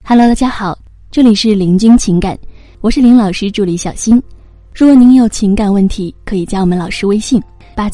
Hello， 大家好，这里是林君情感，我是林老师助理小新。如果您有情感问题，可以加我们老师微信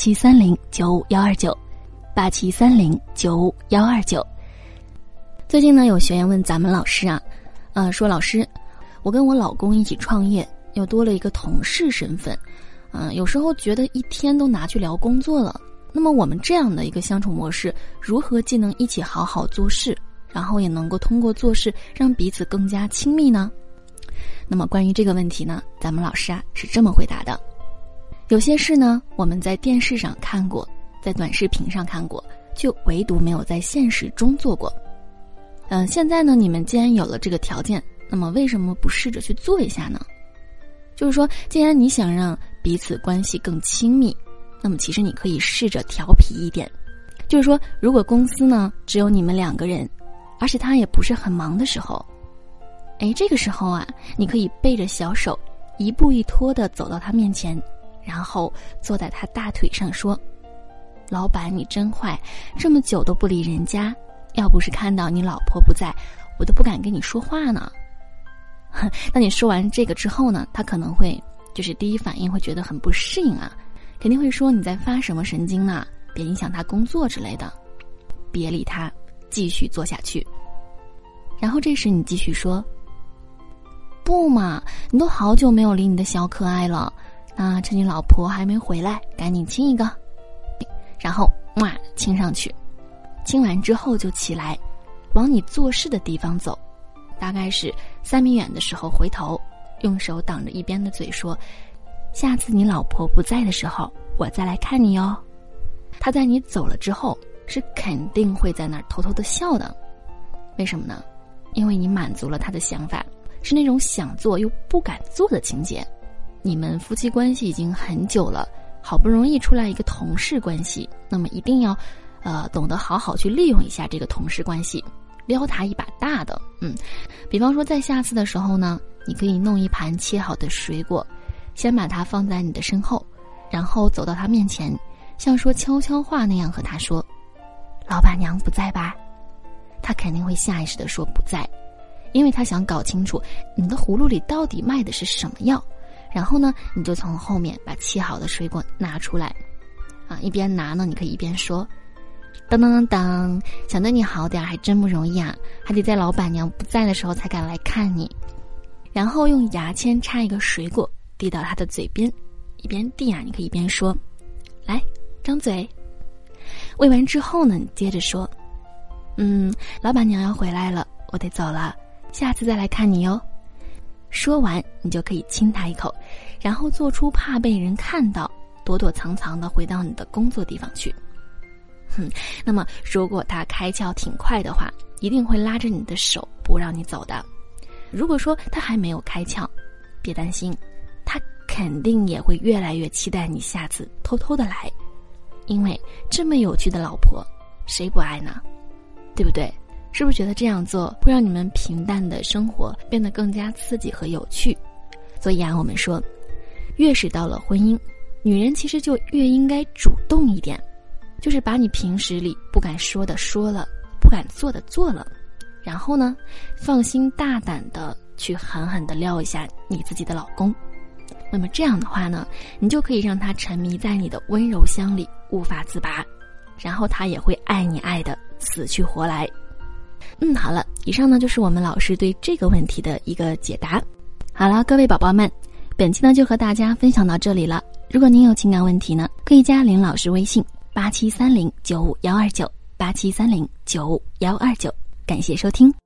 8730-95129，8730-95129。最近呢，有学员问咱们老师说老师，我跟我老公一起创业，又多了一个同事身份，有时候觉得一天都拿去聊工作了。那么我们这样的一个相处模式，如何既能一起好好做事，然后也能够通过做事让彼此更加亲密呢？那么关于这个问题呢，咱们老师是这么回答的：有些事呢，我们在电视上看过，在短视频上看过，却唯独没有在现实中做过。现在呢，你们既然有了这个条件，那么为什么不试着去做一下呢？就是说，既然你想让彼此关系更亲密，那么其实你可以试着调皮一点。就是说，如果公司呢只有你们2个人，而且他也不是很忙的时候，这个时候你可以背着小手，一步一拖地走到他面前，然后坐在他大腿上说：老板你真坏，这么久都不理人家，要不是看到你老婆不在，我都不敢跟你说话呢。那你说完这个之后呢，他可能会就是第一反应会觉得很不适应肯定会说你在发什么神经呢，别影响他工作之类的。别理他，继续做下去。然后这时你继续说：不嘛，你都好久没有理你的小可爱了，那趁你老婆还没回来，赶紧亲一个。然后亲上去，亲完之后就起来，往你做事的地方走，大概是3米远的时候回头，用手挡着一边的嘴说：下次你老婆不在的时候，我再来看你哦。他在你走了之后，是肯定会在那儿偷偷的笑的。为什么呢？因为你满足了他的想法，是那种想做又不敢做的情节。你们夫妻关系已经很久了，好不容易出来一个同事关系，那么一定要懂得好好去利用一下这个同事关系，撩他一把大的。比方说在下次的时候呢，你可以弄一盘切好的水果，先把它放在你的身后，然后走到他面前，像说悄悄话那样和他说：老板娘不在吧？他肯定会下意识地说不在，因为他想搞清楚你的葫芦里到底卖的是什么药。然后呢，你就从后面把切好的水果拿出来一边拿呢，你可以一边说：当当当当，想对你好点还真不容易还得在老板娘不在的时候才敢来看你。然后用牙签插一个水果递到他的嘴边，一边递你可以一边说：来，张嘴。喂完之后呢，你接着说：老板娘要回来了，我得走了，下次再来看你哟。说完你就可以亲他一口，然后做出怕被人看到，躲躲藏藏的回到你的工作地方去。那么如果他开窍挺快的话，一定会拉着你的手不让你走的。如果说他还没有开窍，别担心，他肯定也会越来越期待你下次偷偷的来，因为这么有趣的老婆谁不爱呢？对不对？是不是觉得这样做会让你们平淡的生活变得更加刺激和有趣？所以我们说，越是到了婚姻，女人其实就越应该主动一点，就是把你平时里不敢说的说了，不敢做的做了，然后呢，放心大胆的去狠狠的撩一下你自己的老公。那么这样的话呢，你就可以让他沉迷在你的温柔乡里无法自拔，然后他也会爱你爱的死去活来。好了，以上呢就是我们老师对这个问题的一个解答。好了，各位宝宝们，本期呢就和大家分享到这里了。如果您有情感问题呢，可以加林老师微信8730-95129，8730-95129。感谢收听。